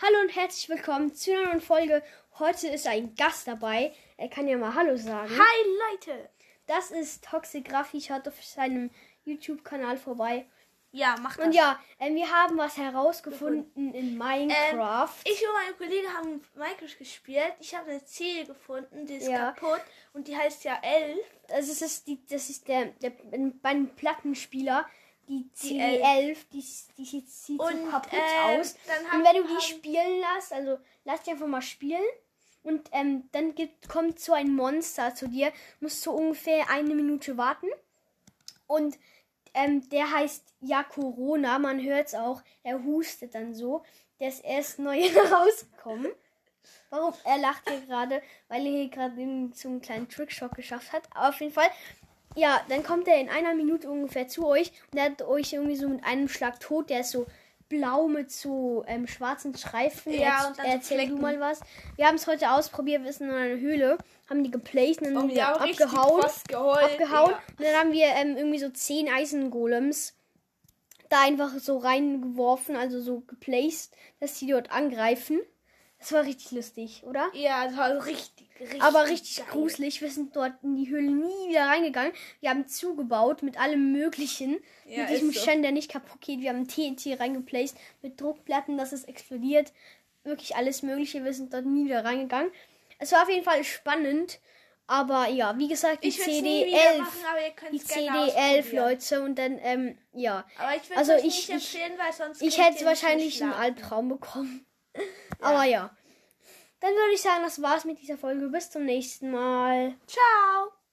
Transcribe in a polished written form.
Hallo und herzlich willkommen zu einer neuen Folge. Heute ist ein Gast dabei. Er kann ja mal Hallo sagen. Hi Leute! Das ist Toxic Raffi. Schaut auf seinem YouTube-Kanal vorbei. Ja, mach das. Und ja, wir haben was herausgefunden in Minecraft. Ich und meine Kollegen haben Minecraft gespielt. Ich habe eine Ziel gefunden, die ist Ja. kaputt und die heißt ja 11. Also das ist der beim Plattenspieler. Die Die CD11, die sieht so Und, kaputt aus. dann Und wenn du die spielen lässt, also lass die einfach mal spielen. Und dann kommt so ein Monster zu dir, musst so ungefähr 1 Minute warten. Und der heißt ja Corona, man hört es auch, er hustet dann so. Der ist erst neu rausgekommen. Warum? Er lacht hier gerade, weil er hier gerade so einen kleinen Trickshot geschafft hat. Aber auf jeden Fall, ja, dann kommt er in 1 Minute ungefähr zu euch und er hat euch irgendwie so mit einem Schlag tot. Der ist so blau mit so schwarzen Streifen. Ja, und dann so erzähl du Flecken. mal was. Wir haben es heute ausprobiert, wir sind in einer Höhle, haben die geplaced und dann Und wieder wir haben richtig abgehauen. fast geheult. abgehauen. Ja. Und dann haben wir irgendwie so 10 Eisengolems da einfach so reingeworfen, also so geplaced, dass die dort angreifen. Das war richtig lustig, oder? Ja, das war richtig Aber richtig geil. gruselig. Wir sind dort in die Höhle nie wieder reingegangen. Wir haben zugebaut mit allem Möglichen. Ja, mit diesem ist so. Stand, der nicht kaputt geht. Wir haben TNT reingeplaced mit Druckplatten, dass es explodiert. Wirklich alles Mögliche. Wir sind dort nie wieder reingegangen. Es war auf jeden Fall spannend. Aber ja, wie gesagt, die Ich würde es nie wieder CD11. machen, aber ihr könnt Die es gerne CD11, ausprobieren. Leute. Und dann, ja. Aber ich würde Also es euch ich- nicht empfehlen, weil sonst Ich könnt hätte ihr wahrscheinlich nicht einen schlafen. Albtraum bekommen. Aber ja. Dann würde ich sagen, das war's mit dieser Folge. Bis zum nächsten Mal. Ciao!